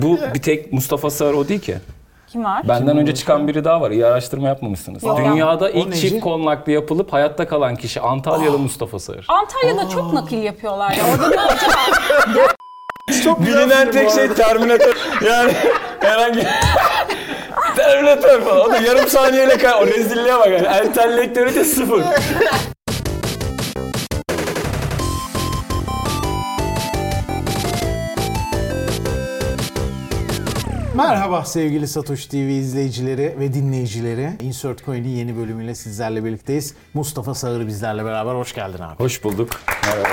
Bu bir tek Mustafa Sağır o değil ki. Kim var? Benden önce çıkan biri daha var. İyi araştırma yapmamışsınız. Yok. Dünyada O ilk neci? çift konaklı yapılıp hayatta kalan kişi Antalyalı Mustafa Sağır. Antalya'da çok nakil yapıyorlar ya. Orada bir hoca Çok Bilinen tek şey Terminator. Yani herhangi Terminator falan. O da yarım saniyeyle o rezilliğe bak yani. Entelektüelite sıfır. Merhaba sevgili Satoshi TV izleyicileri ve dinleyicileri. Insert Coin'in yeni bölümüyle sizlerle birlikteyiz. Mustafa Sağır bizlerle beraber. Hoş geldin abi. Hoş bulduk. Merhaba.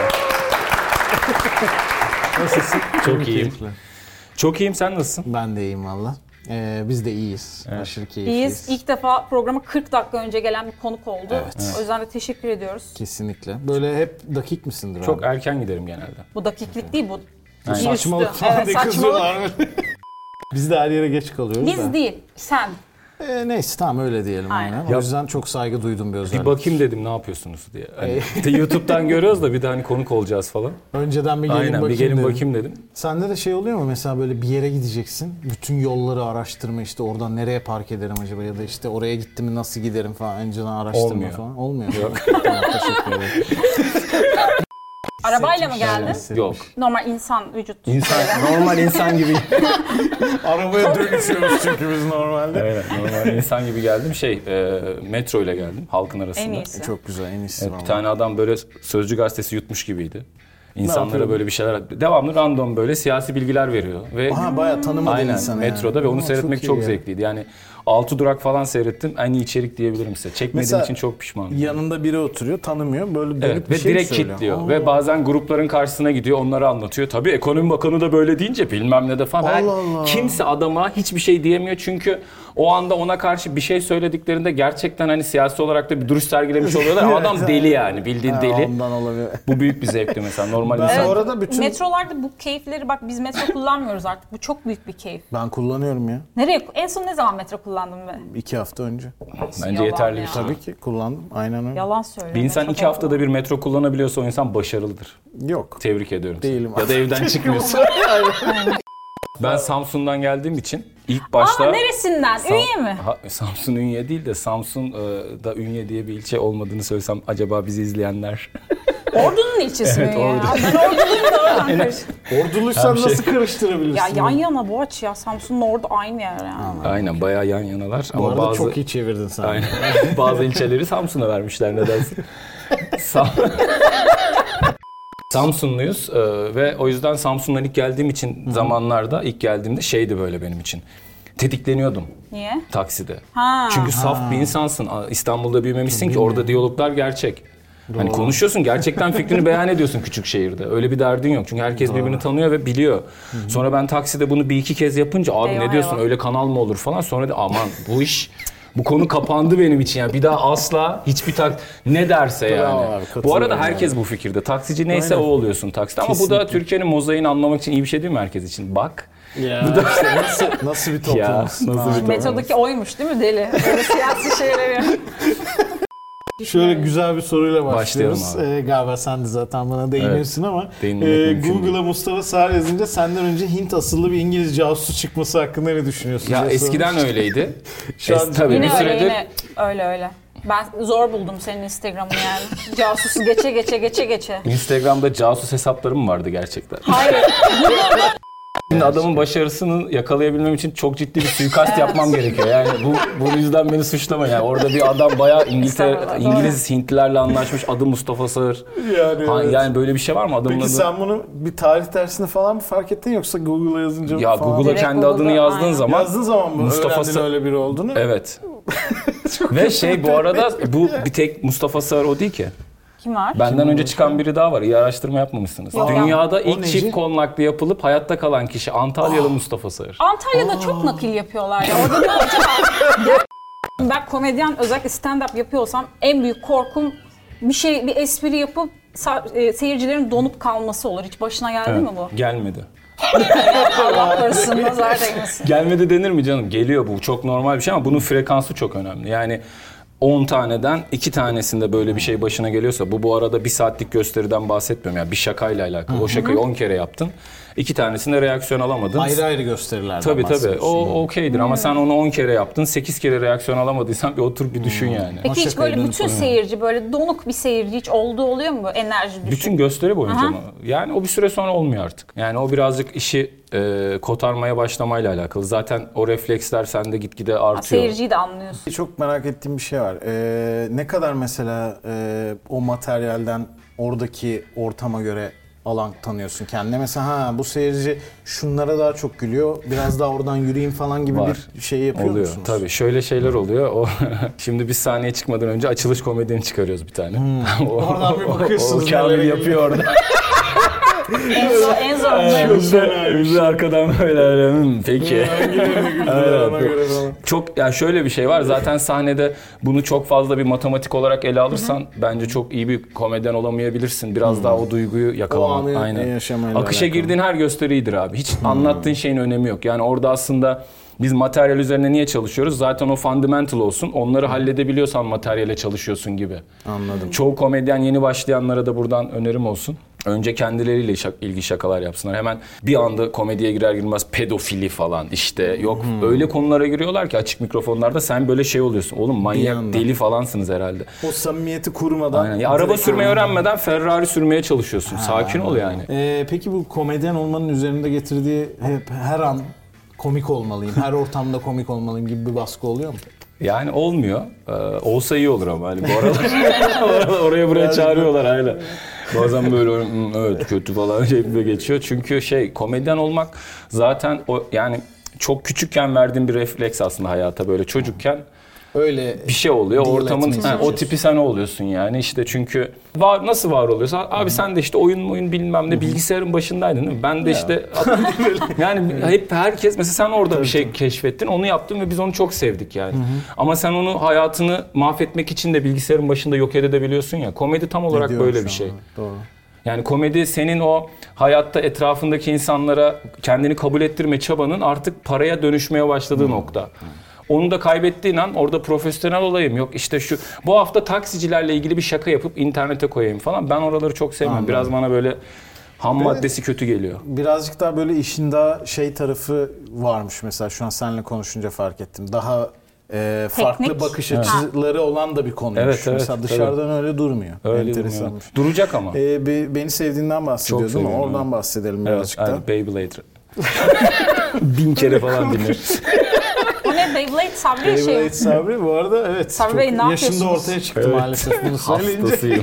Nasılsın? Çok iyiyim. Keyifli. Çok iyiyim. Sen nasılsın? Ben de iyiyim valla. Biz de iyiyiz. Evet. Aşırı keyifliyiz. İlk defa programa 40 dakika önce gelen bir konuk oldu. Evet. O yüzden de teşekkür ediyoruz. Kesinlikle. Böyle hep dakik misindir Çok abi? erken giderim genelde. Bu dakiklik değil bu. Aynen. Bir Saçmalık üstü. falan Evet, diye saçmalık. kızıyorlar. Biz de her yere geç kalıyoruz da. Biz değil, sen. Neyse tamam öyle diyelim aynen. O Ya- yüzden çok saygı duydum bir özellik. Bir bakayım dedim ne yapıyorsunuz diye. Hani işte YouTube'dan görüyoruz da bir de hani konuk olacağız falan. Önceden bir gelin Aynen bakayım bir gelin dedim. bakayım dedim. Sende de şey oluyor mu mesela böyle bir yere gideceksin. Bütün yolları araştırma işte oradan nereye park ederim acaba ya da işte oraya gittim mi nasıl giderim falan önceden araştırma Olmuyor. falan. Olmuyor. Yok. Tamam, teşekkür ederim. Arabayla mı geldin? Yok. Normal insan vücut. Normal insan gibi. Arabaya dönüşüyoruz çünkü biz normalde. Evet, normal insan gibi geldim. Metro ile geldim halkın arasında. En iyisi. Çok güzel en iyisi Evet, vallahi. bir tane adam böyle Sözcü gazetesi yutmuş gibiydi. İnsanlara yapıyordu? böyle bir şeyler devamlı random böyle siyasi bilgiler veriyor ve Aha bayağı tanımadığın aynen insan metroda ve onu Aa, seyretmek iyi çok ya. zevkliydi. Yani 6 durak falan seyrettim. En iyi içerik diyebilirim size. Çekmediğim Mesela için çok pişmanım. Yanında biri oturuyor tanımıyor böyle dönüp Evet bir ve şey direkt söylüyor. kilitliyor Aa. ve bazen grupların karşısına gidiyor onları anlatıyor. Tabii ekonomi bakanı da böyle deyince bilmem ne de falan. Allah Allah. Kimse adama hiçbir şey diyemiyor çünkü o anda ona karşı bir şey söylediklerinde gerçekten hani siyasi olarak da bir duruş sergilemiş oluyorlar ama adam deli yani bildiğin Ha, deli. Ondan olabilir. Bu büyük bir zevkti mesela normal Ben insan. bu arada bütün... Metrolarda bu keyifleri bak biz metro kullanmıyoruz artık. Bu çok büyük bir keyif. Ben kullanıyorum ya. En son ne zaman metro kullandın be? 2 hafta önce. Bence Yalan yeterli ya. bir şey. Tabii ki kullandım. Aynen öyle. Yalan söyle. Bir insan Metro 2 haftada bir metro kullanabiliyorsa o insan başarılıdır. Yok. Tebrik ediyorum seni. Değilim. Ya da evden çıkmıyorsun. Ben Samsun'dan geldiğim için ilk başta... Aa neresinden? Ünye mi? Samsun Ünye değil de Samsun'da Ünye diye bir ilçe olmadığını söylesem acaba bizi izleyenler... Ordu'nun ilçesi Evet, mi ya? Ordu. Ben Ordu'luyum da oradan karıştım. Orduluysan Her şey- nasıl karıştırabilirsin? Ya yan yana Boğaç ya. Samsun'la Ordu aynı yer yani. Aynen bayağı yan yanalar Bu ama arada bazı... çok iyi çevirdin sen. Aynen. Bazı ilçeleri Samsun'a vermişler nedense. Samsunluyuz ve o yüzden Samsun'dan ilk geldiğim için zamanlarda ilk geldiğimde şeydi böyle benim için. Tetikleniyordum Niye? takside. Ha. Çünkü saf bir insansın. İstanbul'da büyümemişsin ki orada diyaloglar gerçek. Hani konuşuyorsun gerçekten fikrini beyan ediyorsun küçük şehirde. Öyle bir derdin yok. Çünkü herkes birbirini tanıyor ve biliyor. Sonra ben takside bunu bir iki kez yapınca abi Eyvah, ne diyorsun eyvah. öyle kanal mı olur falan. Sonra da aman bu konu kapandı benim için yani. Bir daha asla hiçbir ne derse Bravo yani. abi, Bu katılıyorum arada yani. herkes bu fikirde. Taksici neyse Aynen. o oluyorsun takside. Ama bu da Kesinlikle. Türkiye'nin mozaiğini anlamak için iyi bir şey değil mi herkes için? Bak. Ya işte nasıl bir toplumuz? Ya, nasıl bir toplum? Metrodaki oymuş değil mi deli? Böyle siyasi şeyleri. Şöyle güzel bir soruyla başlıyoruz. Başlayalım Galiba sen de zaten bana değinirsin ama Değinmek mümkün Google'a değil. Mustafa Sağır yazınca senden önce Hint asıllı bir İngiliz casusu çıkması hakkında ne düşünüyorsun? Ya diye eskiden sormuş. öyleydi. Şu an Tabii Yine bir öyle süredir yine öyle. Ben zor buldum senin Instagram'ını yani. Casusu geçe. Instagram'da casus hesaplarım vardı gerçekten. Hayır. Şimdi adamın başarısını yakalayabilmem için çok ciddi bir suikast yapmam gerekiyor. Yani bu yüzden beni suçlama yani. Orada bir adam bayağı Estağfurullah, İngiliz Hintlilerle anlaşmış. Adı Mustafa Sağır. Evet. Yani böyle bir şey var mı adamın Peki adı? sen bunu bir tarih dersinde falan mı fark ettin yoksa Google'a yazınca Ya falan? Google'a Direkt kendi Google'da, adını yazdığın aynen. zaman Yazdığın zaman mı Mustafa öğrendin Sağır. öyle biri olduğunu? Evet. Ve bu arada bu bir tek Mustafa Sağır o değil ki. Kim var? Benden önce çıkan biri daha var. İyi araştırma yapmamışsınız. Yok. Dünyada O ilk neci? çift konaklı yapılıp hayatta kalan kişi Antalyalı Mustafa Sağır. Antalya'da çok nakil yapıyorlar ya. Orada bir hoca var. Ben komedyen özellikle stand-up yapıyorsam en büyük korkum bir espri yapıp seyircilerin donup kalması olur. Hiç başına geldi mi bu? Gelmedi. Allah korusun, nazar değmesin. Gelmedi denir mi canım? Geliyor bu. Çok normal bir şey ama bunun frekansı çok önemli. Yani 10 taneden 2 tanesinde böyle bir şey başına geliyorsa, bu arada 1 saatlik gösteriden bahsetmiyorum. Yani bir şakayla alakalı. O şakayı 10 kere yaptın. 2 tanesinde reaksiyon alamadın. Ayrı ayrı gösterilerden Tabii. O okeydir ama Hmm. sen onu 10 kere yaptın. 8 kere reaksiyon alamadıysan bir otur bir düşün yani. Peki hiç şakayı böyle dönüp bütün oynuyor. seyirci, böyle donuk bir seyirci hiç oluyor mu, böyle enerji düşük? Bütün gösteri boyunca Aha. mı? Yani o bir süre sonra olmuyor artık. Yani o birazcık işi kotarmaya başlamayla alakalı. Zaten o refleksler sende gitgide artıyor. Seyirciyi de anlıyorsun. Çok merak ettiğim bir şey var. Ne kadar mesela o materyalden oradaki ortama göre alan tanıyorsun kendine? Mesela bu seyirci şunlara daha çok gülüyor. Biraz daha oradan yürüyeyim falan gibi Var. bir şey yapıyor Oluyor. musunuz? Tabii şöyle şeyler oluyor. O şimdi biz sahneye çıkmadan önce açılış komedyeni çıkarıyoruz bir tane. Oradan bir bakıyorsunuz O Kamil nelere yapıyor orada. En zor onların. Biz de arkadan böyle peki. Ona göre falan. Çok yani şöyle bir şey var. Zaten sahnede bunu çok fazla bir matematik olarak ele alırsan bence çok iyi bir komedyen olamayabilirsin. Biraz daha o duyguyu O yakalamak. anı Aynen. yaşamayla Akışa alakalı. girdiğin her gösteri iyidir abi. Hiç anlattığın şeyin önemi yok. Yani orada aslında biz materyal üzerine niye çalışıyoruz? Zaten o fundamental olsun. Onları halledebiliyorsan materyale çalışıyorsun gibi. Anladım. Çoğu komedyen yeni başlayanlara da buradan önerim olsun. Önce kendileriyle ilgili şakalar yapsınlar. Hemen bir anda komediye girer girmez pedofili falan işte yok öyle konulara giriyorlar ki açık mikrofonlarda sen böyle şey oluyorsun. Oğlum manyak anda. deli falansınız herhalde. O samimiyeti kurmadan. Aynen. Ya araba sürmeyi öğrenmeden Ferrari sürmeye çalışıyorsun. Sakin ol yani. Peki bu komedyen olmanın üzerinde getirdiği hep her an komik olmalıyım, her ortamda komik olmalıyım gibi bir baskı oluyor mu? Yani olmuyor. Olsa iyi olur ama hani bu aralar oraya buraya çağırıyorlar aynen. Bazen böyle evet kötü falan şeklinde geçiyor. Çünkü komedyen olmak zaten o yani çok küçükken verdiğin bir refleks aslında hayata, böyle çocukken Öyle bir şey oluyor. deal Ortamın etmeye o tipi sen oluyorsun yani. İşte çünkü nasıl var oluyorsa abi sen de işte oyun bilmem ne bilgisayarın başındaydın değil mi? Ben de işte yani hep herkes mesela sen orada bir şey keşfettin, onu yaptın ve biz onu çok sevdik yani. Ama sen onu hayatını mahvetmek için de bilgisayarın başında yok edebiliyorsun ya. Komedi tam olarak ediyorum böyle şu bir an. şey. Doğru. Yani komedi senin o hayatta etrafındaki insanlara kendini kabul ettirme çabanın artık paraya dönüşmeye başladığı nokta. Onu da kaybettiğin an orada profesyonel olayım. Yok işte bu hafta taksicilerle ilgili bir şaka yapıp internete koyayım falan. Ben oraları çok sevmiyorum. Biraz bana böyle ham maddesi kötü geliyor. Birazcık daha böyle işin daha tarafı varmış mesela şu an seninle konuşunca fark ettim. Daha farklı Teknik. bakış açıları olan da bir konuymuş. Evet, mesela dışarıdan öyle durmuyor. Öyle Enteresanmış. duracak ama. Beni sevdiğinden bahsediyordun ama seviyorum, oradan evet. bahsedelim Evet, birazcık da. aynen, Beyblade. 1000 kere falan dinler. Bu ne, Beyblade Sabri şey mi? Beyblade Sabri bu arada evet. Sabri çok Bey, ne yaşında yapıyorsunuz? ortaya çıktı maalesef bunu söyleyince. Hastasıyım.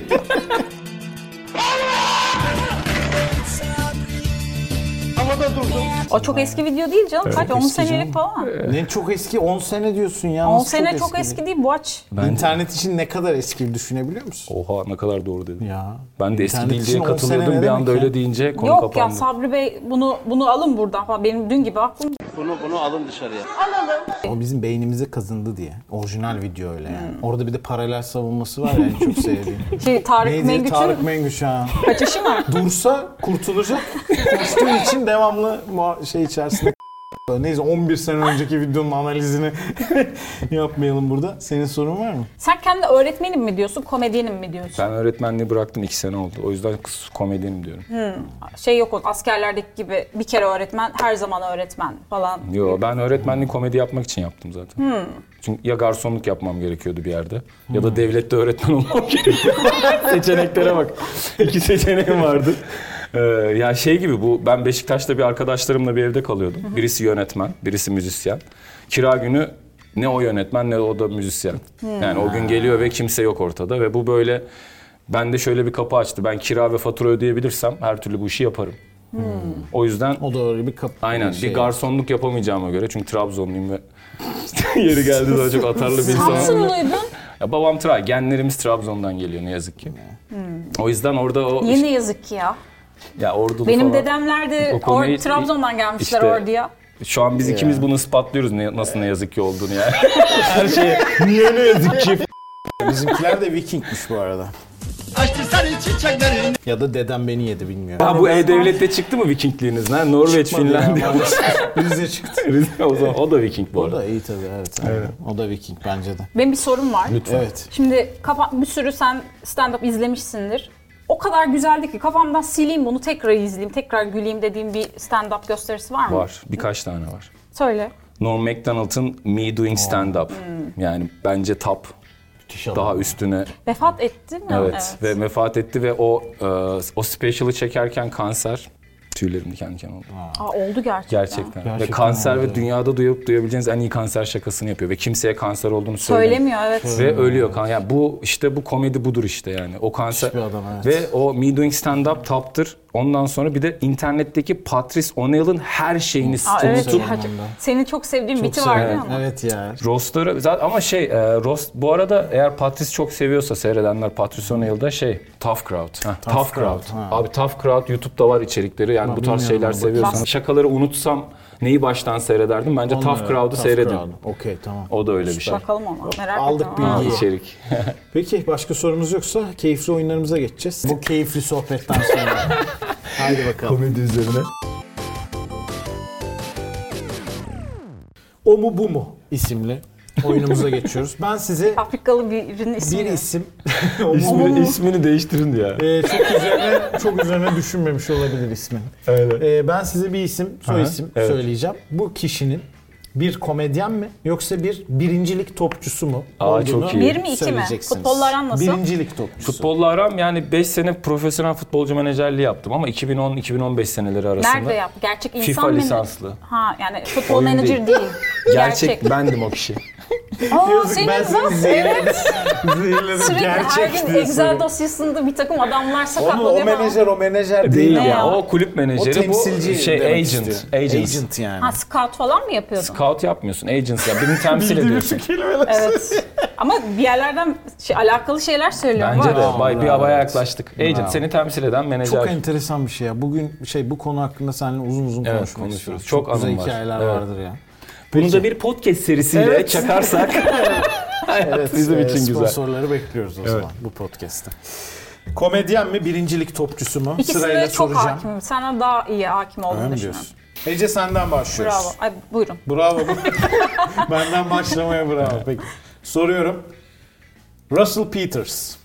O çok eski video değil canım. Kaç? 10 eski senelik canım. falan. Ne çok eski 10 sene diyorsun ya. 10 nasıl sene çok eski değil bu aç. İnternet için ne kadar eski düşünebiliyor musun? Oha ne kadar doğru dedin. Ya. Ben de eski İnternet değil için diye 10 sene katılıyordum. ne Bir anda demek ya? öyle deyince konu Yok kapandı. ya Sabri Bey bunu alın buradan falan. Benim dün gibi aklım. Bunu alın dışarıya. O bizim beynimize kazındı diye. Orijinal video öyle yani. Orada bir de paralel savunması var ya en çok sevdiğim. Tarık Neydi? Mengüç'ün Tarık Mengüç ha. kaçışı mı? Dursa kurtulacak. Koştuğu için devamlı içerisinde neyse 11 sene önceki videonun analizini yapmayalım burada. Senin sorun var mı? Sen kendi öğretmenim mi diyorsun, komedyenim mi diyorsun? Ben öğretmenliği bıraktım 2 sene oldu. O yüzden komedyenim diyorum. Şey yok o askerlerdeki gibi bir kere öğretmen, her zaman öğretmen falan. Yo ben öğretmenliği komedi yapmak için yaptım zaten. Çünkü ya garsonluk yapmam gerekiyordu bir yerde ya da devlette öğretmen olmam gerekiyordu. Seçeneklere bak. 2 seçeneğim vardı. Ya gibi ben Beşiktaş'ta bir arkadaşlarımla bir evde kalıyordum. Birisi yönetmen, birisi müzisyen. Kira günü ne o yönetmen ne o da müzisyen. Yani o gün geliyor ve kimse yok ortada ve bu böyle bende şöyle bir kapı açtı. Ben kira ve fatura ödeyebilirsem her türlü bu işi yaparım. O yüzden O da öyle bir kapı. aynen bir garsonluk yapamayacağıma göre çünkü Trabzonluyum ve yeri geldi daha çok atarlı bir insan. Samsunluydun. Ya babam genlerimiz Trabzon'dan geliyor ne yazık ki. O yüzden orada o Yine yazık ki ya. ya Ordulu Benim falan. dedemler de O konuyu- Trabzon'dan gelmişler işte- Ordu'ya. Şu an biz ikimiz bunu ispatlıyoruz nasıl ne yazık ki olduğunu yani. Her şeye niye ne yazık ki. Bizimkiler de Vikingmiş bu arada. Açtırsana çiçeklerini. Ya da dedem beni yedi bilmiyorum. Ha bu E-Devlet'te çıktı mı Vikingliğiniz? Ha? Norveç, Çıkmadı ya, Finlandiya. maalesef. Rize çıktı. o zaman o da Viking bu O arada. da iyi tabii, evet. O da Viking bence de. Benim bir sorum var. Evet. Şimdi bir sürü sen stand-up izlemişsindir. O kadar güzeldi ki kafamdan sileyim bunu, tekrar izleyeyim, tekrar güleyim dediğim bir stand-up gösterisi var mı? Var. Birkaç tane var. Söyle. Norm Macdonald'ın Me Doing Stand-Up. Yani bence top. Daha üstüne. Vefat etti mi? Evet. Ve vefat etti ve o special'ı çekerken kanser. Tüylerim diken diken oldu. Oldu gerçekten. Gerçekten. Ve kanser ve dünyada duyabileceğiniz en iyi kanser şakasını yapıyor. Ve kimseye kanser olduğunu Söylemiyor, evet. Ve ölüyor. Yani bu komedi budur işte yani. O kanser. Hiçbir adam, evet. Ve o Me Doing Stand-Up top'tır. Ondan sonra bir de internetteki Patrice O'Neill'ın her şeyini Evet. tutup Senin çok sevdiğin biti var değil mi? Evet ya. roastları zaten ama roast bu arada eğer Patrice çok seviyorsa seyredenler Patrice O'Neill'da Tough Crowd. Tough Crowd. Abi Tough Crowd YouTube'da var içerikleri. Yani bu tarz şeyler seviyorsanız. Şakaları unutsam neyi baştan seyrederdim? Bence Tough Crowd'u seyredin. Okey, tamam. O da öyle bir şey. Bakalım ona. Merak Aldık ettim. bilgiyi. İçerik. Peki başka sorumuz yoksa keyifli oyunlarımıza geçeceğiz. Bu keyifli sohbetten sonra. Haydi bakalım. Komedi üzerine. O mu bu mu isimli oyunumuza geçiyoruz. Ben size Afrikalı birinin ismi. bir isim İsmini değiştirin ya. çok üzerine düşünmemiş olabilir ismin. Ben size bir isim, soy isim söyleyeceğim. Bu kişinin bir komedyen mi yoksa bir birincilik topçusu mu olduğunu çok iyi. Bir mi, iki mi? söyleyeceksiniz. Futbolla aran nasıl? Birincilik topçusu. Futbolla aram yani 5 sene profesyonel futbolcu menajerliği yaptım ama 2010-2015 seneleri arasında. Nerede yap? Gerçek insan FIFA mı? lisanslı. Ha yani futbol Oyun menajer değil. değil. Gerçek bendim o kişi. Senin ben seni nasıl? zehirledim. Evet. Zehirledim. Sürekli her Gerçek gün diye Excel söylüyorum. dosyasında bir takım adamlar O sakatlanıyor falan. menajer Değil değil. Ne ya. ya? O kulüp menajeri. O temsilci bu demek agent. istiyor. Agent yani. Ha scout falan mı yapıyordun? Scout yapmıyorsun. Agent ya. Birini temsil ediyorsun. Evet. Ama bir yerlerden alakalı şeyler söylüyorum. Bence var. de. Bir havaya yaklaştık. Agent seni temsil eden menajer. Çok enteresan bir şey ya. Bugün bu konu hakkında seninle uzun uzun Evet, konuşmak konuşuruz. istiyorum. Çok güzel anım var. hikayeler Evet. vardır ya. Bunu da bir podcast serisiyle çakarsak bizim için güzel. Sponsorları bekliyoruz o zaman bu podcast'te. Komedyen mi, birincilik topçusu mu? İkisine Sırayla de çok soracağım. hakimim. Sana daha iyi hakim Öyle olduğunu mi düşünüyorum. diyorsun? Ece senden başlıyoruz. Bravo. Ay, buyurun. Bravo. Benden başlamaya bravo. Peki. Soruyorum. Russell Peters.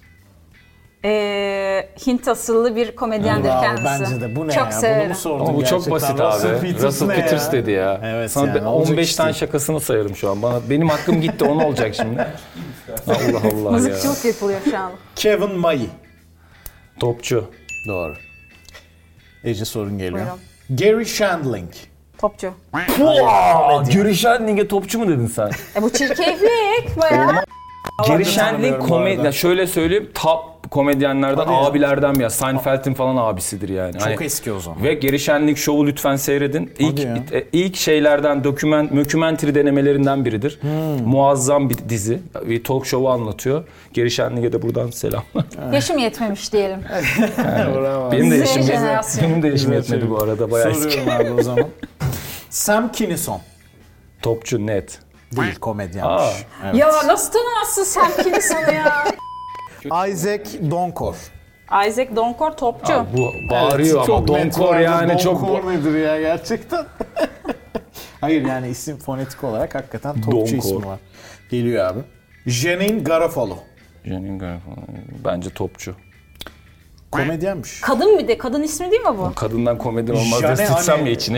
Hint asıllı bir komedyendir Bravo, kendisi. bence de. Bu ne çok ya? severim. Bunu mu sordun Ama bu çok gerçekten? basit abi. Russell ne Peters ya? dedi ya. Evet Sana yani, olacak 15 iş tane değil. şakasını sayarım şu an. Benim hakkım gitti, onu olacak şimdi. Allah Allah ya. Mızıkçılık yapılıyor şu an. Kevin Mayi. Topçu. Doğru. Ece sorun geliyor. Buyurun. Gary Shandling. Topçu. Gary Shandling'e topçu mu dedin sen? Bu çirkeflik bayağı. Gary Shandling tanımıyorum bu komedi... arada. Şöyle söyleyeyim, top komedyenlerden, Hadi ya. abilerden ya. Seinfeld'in falan abisidir yani. Çok eski o zaman. Ve Gary Shandling Show'u lütfen seyredin. ya. İlk şeylerden, mockumentary denemelerinden biridir. Muazzam bir dizi. Bir talk show'u anlatıyor. Gary Shandling'e de buradan selamlar. Yaşım yetmemiş diyelim. Bravo. Z jenerasyonu. Benim de yaşım yetmedi bu arada. Bayağı eski. Soruyorum abi o zaman. Sam Kinison. Topçu net. Değil, komedyenmiş. Aa. Evet. Ya nasıl tanımazsın sen Kinison'u ya? Isaac Donkor. Isaac Donkor topçu. Bu bağırıyor Evet, ama çok net Donkor vardı. yani çok... Donkor nedir ya gerçekten? Hayır yani isim fonetik olarak hakikaten topçu Donkor. ismi var. Geliyor abi. Janine Garofalo. Bence topçu. Komedyenmiş. Kadın bir de. Kadın ismi değil mi bu? Kadından komedyen olmaz diye Jane sıçsam Anne. ya içine.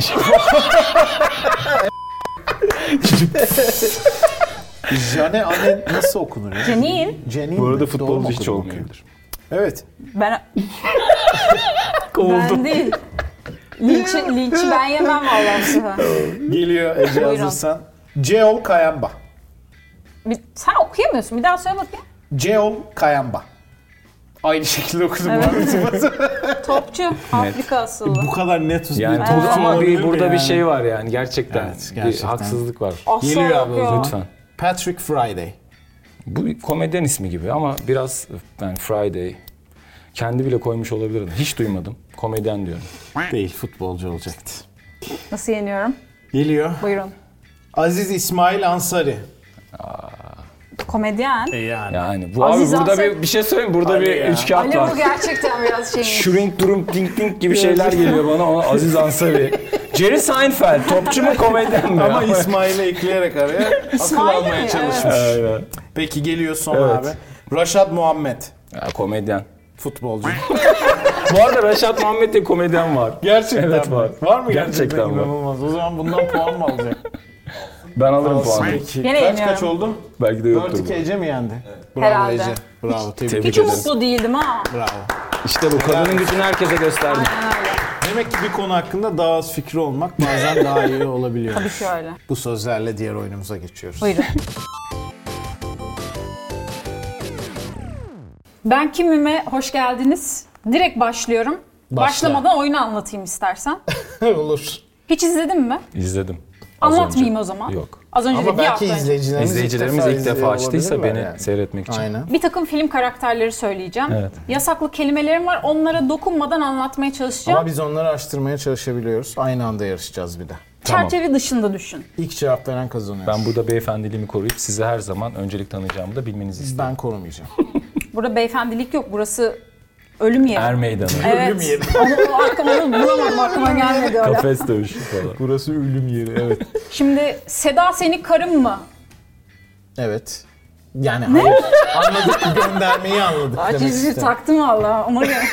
Jane Anne nasıl okunur ya? Janine. Janine Bu arada mi? Doğru futbolcu mu hiç okudum? olmayabilir. Evet. Ben değil. Linçi ben yemem vallahi bu sefer. Geliyor Ece Buyurun. hazırsan. Ceol Kayamba. Sen okuyamıyorsun. Bir daha söyle bakayım. Ceol Kayamba. Aynı şekilde okudum. Topçu. Afrika asıllı. Bu kadar net Yani bir burada ama olabilir mi burada bir yani? şey var yani gerçekten. Evet, Bir gerçekten. haksızlık var. Asla Geliyor yok abi o ya. zaman. Lütfen. Patrick Friday. Bu bir komedyen ismi gibi ama biraz yani Friday. Kendi bile koymuş olabilirdi. Hiç duymadım. Komedyen diyorum. Değil, futbolcu olacaktı. Nasıl yeniyorum? Geliyor. Buyurun. Aziz İsmail Ansari. Komedyen. Yani. Yani bu Aziz abi burada Ansari- bir şey söyleyeyim burada Ali bir ya. üç kağıt Ali var. bu gerçekten biraz şey. Shrink durum ding ding gibi şeyler geliyor bana. Ona Aziz Ansari. Jerry Seinfeld topçu mu komedyen mi? Ama İsmail'i ekleyerek araya akıl İsmail almaya mi? çalışmış. Aynen. Peki geliyor son Evet. abi. Raşad Muhammed. Ya, komedyen. Futbolcu. Bu arada Reşat Muhammed diye komedyen var. Gerçekten Evet mi? var. Var mı gerçekten? Gerçekten var. İnanılmaz. O zaman bundan puan mı alacak? Ben alırım puanı. Peki. Gene Kaç yeniyorum. oldu? Belki de yoktur 4-2 bu. Ece mi yendi? Bravo Herhalde. Ece. Bravo. Tebrik Tebrik Hiç ederim. umutlu değildim ha. Bravo. İşte bu kadının gücünü herkese gösterdim. Aynen öyle. Demek ki bir konu hakkında daha az fikri olmak bazen daha iyi olabiliyor. Tabii ki öyle. Bu sözlerle diğer oyunumuza geçiyoruz. Buyurun. Ben kimime hoş geldiniz. Direkt başlıyorum. Başla. Başlamadan oyunu anlatayım istersen. Olur. Hiç izledin mi? İzledim. Az Anlatmayayım önce. o zaman. Yok. Az önce Ama de bir belki hafta önce. İzleyicilerimiz ilk defa izliyor açtıysa olabilirler beni yani. seyretmek için. Aynen. Bir takım film karakterleri söyleyeceğim. Evet. Yasaklı kelimelerim var. Onlara dokunmadan anlatmaya çalışacağım. Ama biz onları araştırmaya çalışabiliyoruz. Aynı anda yarışacağız bir de. Tamam. Çerçeve dışında düşün. İlk cevap veren kazanıyor. Ben burada beyefendiliğimi koruyup size her zaman öncelik tanıyacağımı da bilmenizi isterim. Ben korumayacağım. Burada beyefendilik yok. Burası ölüm yeri. Er meydanı. Evet. Onu bulamadım. Aklıma gelmedi öyle. Kafes dövüşü falan. Burası ölüm yeri, evet. Şimdi Seda senin karın mı? Evet. Yani hayır. Anladık, göndermeyi anladık demek Çizgi istedim. taktım valla. Ona göre.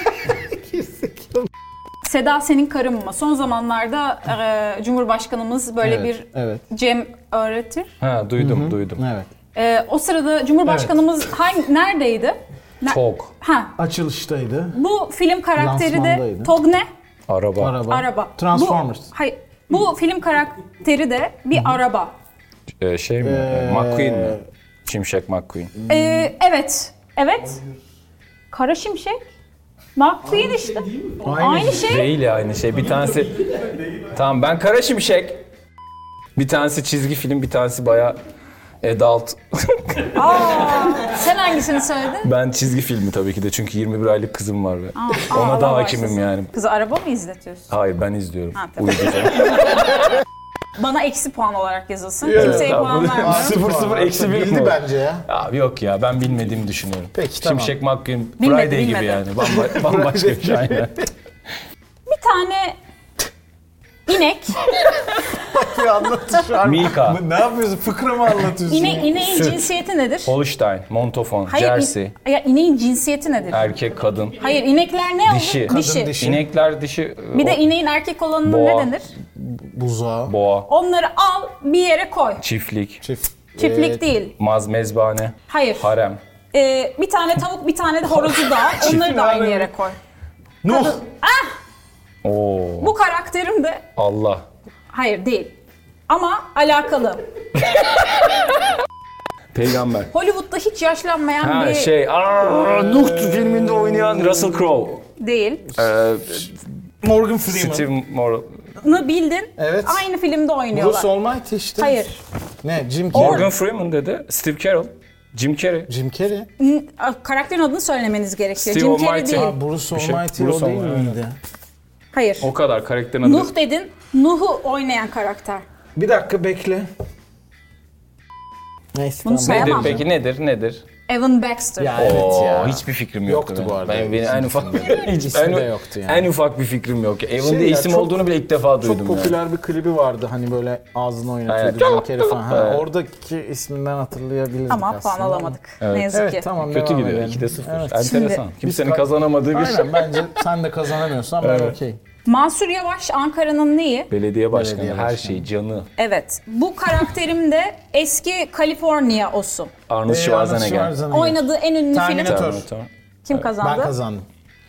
Seda senin karın mı? Son zamanlarda Cumhurbaşkanımız böyle Evet, bir evet. Cem öğretir. Ha duydum duydum. Evet. O sırada Cumhurbaşkanımız neredeydi? Tok. Ha, Açılıştaydı. bu film karakteri de Lansmandaydı. Tog ne? Araba. Araba. Transformers. Hayır. Bu film karakteri de bir araba. Şey mi? McQueen mi? Şimşek McQueen. Evet. Evet. Kara Şimşek. McQueen işte. Aynı şey. Değil ya aynı şey. Bir tanesi... Tamam ben Kara Şimşek. Bir tanesi çizgi film, bir tanesi bayağı adult. Sen hangisini söyledin? Ben çizgi filmi tabii ki de çünkü 21 aylık kızım var ve ona da Allah hakimim bağışlasın. yani. Kızı araba mı izletiyorsun? Hayır ben izliyorum. Ha, tabii. Uyucu. Bana eksi puan olarak yazılsın. Evet, Kimseye tamam. puan vermiyorum. 0 eksi 1 Bildi mi? bence ya. Abi yok ya ben bilmediğimi düşünüyorum. Peki, tamam. Şimşek McQueen Bilmedi, Friday gibi bilmedi. yani. Bambaşka bir şey aynen. Bir tane inek, Bir anlatış var mı? Milka. Ne yapıyorsun? Fıkra mı anlatıyorsun? ineğin Süt. cinsiyeti nedir? Holstein, Montafon, Hayır, Jersey, ya ineğin cinsiyeti nedir? erkek, kadın, Hayır, inekler ne olur? Dişi. Dişi. dişi. inekler dişi, Bir de ineğin erkek olanına ne Boğa. denir? Buzağı. boğa, Onları al, bir yere koy. çiftlik, Çiftlik değil. mezbane, Hayır. harem. Bir tane tavuk, bir tane de horozu da al. Onları da aynı yere koy. Nuh. Oo, Bu karakterim de Allah. hayır değil. Ama alakalı. Peygamber. Hollywood'da hiç yaşlanmayan Ha bir Nuh filminde oynayan Russell Crowe. değil. Morgan Freeman. Steve Morgan. Bildin. Evet. Aynı filmde oynuyorlar. Bruce Almighty işte. Hayır. Ne? Jim Carrey. Morgan Freeman dedi. Steve Carell. Jim Carrey. Jim Carrey. Karakterin adını söylemeniz gerekiyor. Steve Jim Carrey Almighty. değil. Ha, Bruce Bir şey- Almighty Bruce o değil Almighty, miydi? Hayır. O kadar karakterin adı. Nuh dedin. Nuh'u oynayan karakter. Bir dakika bekle. Neyse Bunu tamam. sayamam. Nedir Tamam. peki nedir? Evan Baxter. Ya evet Oo, ya. hiçbir fikrim yoktu. Yoktu bu arada. Ben en ufak İkisinde de yoktu yani. En ufak bir fikrim yok. Evan Şey diye ya, isim çok- olduğunu bile ilk defa Çok duydum. popüler bir klibi vardı hani böyle ağzını oynatıyordu Evet. Jim Carrey falan. Ha, Evet. Oradaki isminden hatırlayabilirdik Ama aslında. puan alamadık. Evet. Ne yazık Evet ki. tamam Kötü devam gidiyor. edelim. 2'de 0. Evet. Enteresan. Şimdi- Kimsenin kazanamadığı bir şey. Aynen bence sen de kazanamıyorsan ben Evet. okey. Mansur Yavaş Ankara'nın neyi? Belediye başkanı, Belediye her başkanı. şey, canı. Evet. Bu karakterim de eski Kaliforniya osu. Arnold Schwarzenegger. Oynadığı en ünlü Terminator. film. Terminator. Kim kazandı? Ben kazandım.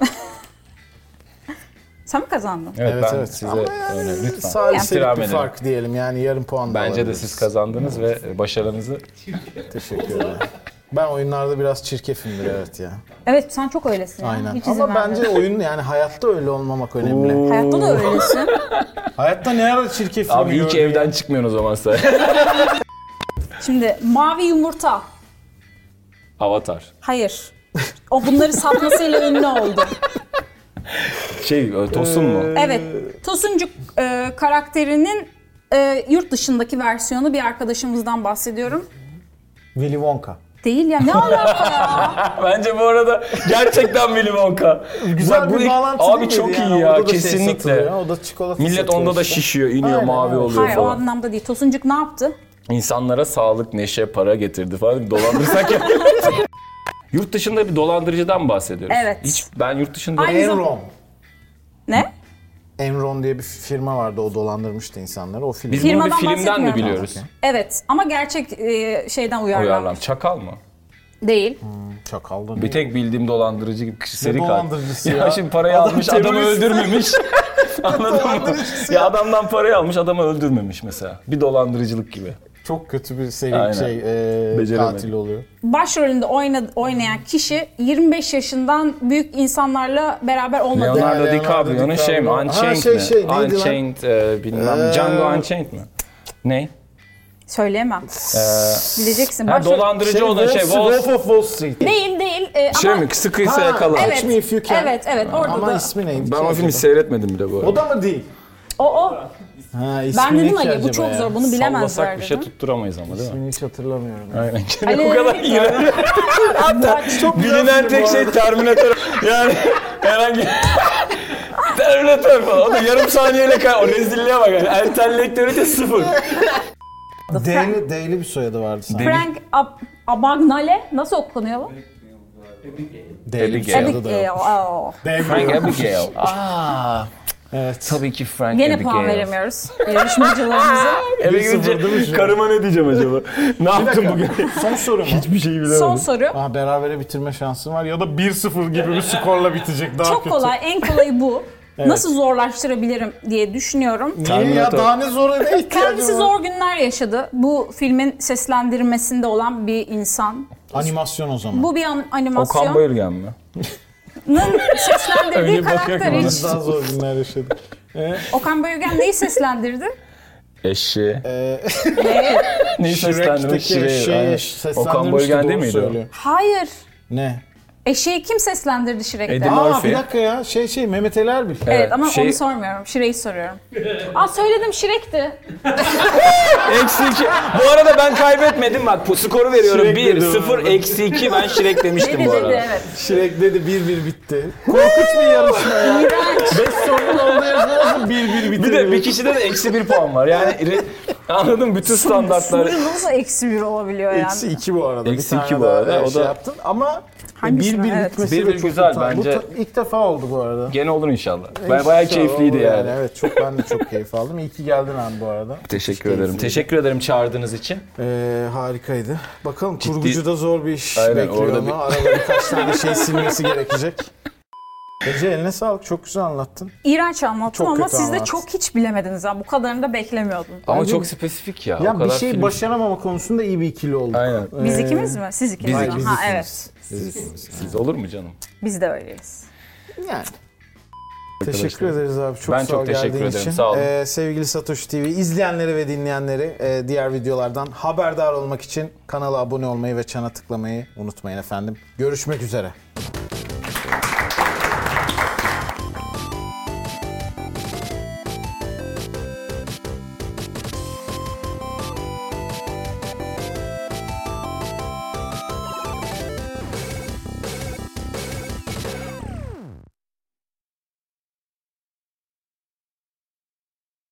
Sen mi kazandın? Evet, Evet, ben evet. size Ama öyle lütfen. Sadece İstirham bir ederim. fark diyelim yani yarım puan da Bence de alabiliriz. siz kazandınız ve başarınızı Teşekkür ederim. Ben oyunlarda biraz çirkefimdir evet ya. Evet sen çok öylesin. Ya. Aynen. Hiç izin Ama bence vermiyorum. oyun yani hayatta öyle olmamak önemli. Hayatta da öylesin. Hayatta ne ara çirkefliğimi Abi iyi ki gördün evden ya? çıkmıyorsun o zaman sen. Şimdi mavi yumurta. Avatar. Hayır. O bunları satmasıyla ünlü oldu. Tosun mu? Evet. Tosuncuk karakterinin yurt dışındaki versiyonu bir arkadaşımızdan bahsediyorum. Willy Wonka. Değil ya, ne alaka ya? Bence bu arada gerçekten Willy Wonka. Güzel Bak, bir bağlantı abi değil çok miydi iyi yani? ya, Orada da şey kesinlikle. satılıyor, o da çikolata Millet satıyor onda da işte. şişiyor, iniyor, Aynen, mavi aynen. oluyor Hayır, o falan. anlamda değil. Tosuncuk ne yaptı? İnsanlara sağlık, neşe, para getirdi falan. Dolandırsak ya. Yurt dışında bir dolandırıcıdan bahsediyoruz. Evet. Hiç ben yurt dışında... Aynı Enron. Ne? Enron diye bir firma vardı, o dolandırmıştı insanları. O film. Biz bunu bir Firmadan filmden mi bahsetmiyorum. biliyoruz? Evet ama gerçek şeyden uyarlanmış. Uyarlan. Çakal mı? Değil. Çakaldı. Bir tek bildiğim dolandırıcı gibi seri katil. dolandırıcısı Ya ya? şimdi parayı Adam almış, adamı terörist. öldürmemiş. Anladın mı? Dolandırıcısı Ya adamdan parayı almış, adamı öldürmemiş mesela. Bir dolandırıcılık gibi. Çok kötü bir seri Aynen. Beceremedi. katil oluyor. Başrolünde oynayan kişi 25 yaşından büyük insanlarla beraber olmadığı. Leonardo Leonardo DiCaprio'nun şey mi? DiCaprio. Unchained Ha, şey, mi? neydi lan? Unchained bilmem. Django Unchained mi? Ne? Söyleyemem. Bileceksin. Ha, dolandırıcı olan şey. Wolf of Wall Street. Değil Şey ama... mi? Sıkıysa yakala. Evet. Catch Me If You Can. Evet, orada Ama da. ismi neydi? Ben ki o filmi acaba? seyretmedim bile bu arada. O da mı değil? O. Ha, ismi Ben ne dedim ki Ali bu acaba çok ya? zor, bunu bilemezler Sallasak bir şey dedim. tutturamayız ama değil mi? İsmini hiç hatırlamıyorum. Aynen. Ali O kadar dedim ki- iğrenç. Çok Bilinen tek şey Terminator. Yani herhangi... Terminator falan. O da yarım saniyeyle o rezilliğe bak yani. Entelektüelite sıfır. D'li bir soyadı vardı sanki. Frank Abagnale nasıl okunuyor bu? D'li bir Abigail. soyadı da yok. Frank Abigail. Evet. Tabii ki Frank Gene Abigail. puan veremiyoruz yarışmacılarımıza. Eve 1-0 gidince değil mi şu an? karıma ne diyeceğim acaba? Ne yaptın bugün? Son soru mu? Hiçbir şey bilemedim. Son soru. Berabere bitirme şansın var ya da 1-0 gibi bir skorla bitecek daha Çok kötü. kolay. En kolayı bu. Nasıl zorlaştırabilirim diye düşünüyorum. Niye ya? Terminator. Daha ne zor ne ihtiyacı Kendisi var? zor günler yaşadı. Bu filmin seslendirmesinde olan bir insan. Animasyon o zaman. Bu bir Okan animasyonun Bayülgen mi? seslendirdiği Öyle bakıyor karakter ki hiç. Daha zor günler yaşadık. Okan Bayülgen neyi seslendirdi? Eşi. Neyi Shrek'teki seslendirmiş? Aynen. seslendirmişti, Okan Bayülgen doğru değil miydi o? söylüyor. Hayır. Ne? Eşeği kim seslendirdi Shrek'te? Eddie Aa Murphy. bir dakika ya Mehmet Ali Erbil. Evet ama şey- onu sormuyorum. Shrek'i soruyorum. Söyledim Shrek'ti. Eksi 2. Bu arada ben kaybetmedim bak. Bu skoru veriyorum. Shrek 1, dedi 0, eksi 2. Ben Shrek demiştim Dedi bu arada. evet. Shrek dedi 1-1 bitti. Korkunç bir yarışma ya. İğrenç. 5 sorunun olduğu yarışma 1-1 bitti. Bir de bir kişide de eksi 1 puan var. Yani anladın mı? Bütün standartlar. Soru nasıl eksi bir olabiliyor yani? Eksi 2 bu arada. Eksi Bir iki tane bu daha, arada, o şey da- yaptın ama Hangisi? 1-1 Evet. bitmesi 1-1 de çok güzel utanç. bence. Bu ilk defa oldu bu arada. Gene olur inşallah. Bayağı keyifliydi İnşallah olur yani. Evet ben de çok keyif aldım. İyi ki geldin abi bu arada. Teşekkür Müthiş ederim. keyifliydi. Teşekkür ederim çağırdığınız için. Harikaydı. Bakalım kurgucuda zor bir iş Aynen, bekliyor orada onu. Arada birkaç tane şey silmesi gerekecek. Ece eline sağlık. Çok güzel anlattın. İğrenç anlattım Çok ama kötü siz de anlattın. çok hiç bilemediniz. Bu kadarını da beklemiyordum. Ama Bence- çok spesifik ya. Ya o kadar bir şey film. başaramama konusunda iyi bir ikili olduk. Aynen. Biz ikimiz mi? Siz ikiniz Biz mi? ikimiz. Ha evet. Siz olur mu canım? Biz de öyleyiz. Yani. Teşekkür ederiz abi. Çok Ben sağ ol çok teşekkür geldiğin ederim. için. Sağ olun. Sevgili Satoshi TV izleyenleri ve dinleyenleri diğer videolardan haberdar olmak için kanala abone olmayı ve çana tıklamayı unutmayın efendim. Görüşmek üzere.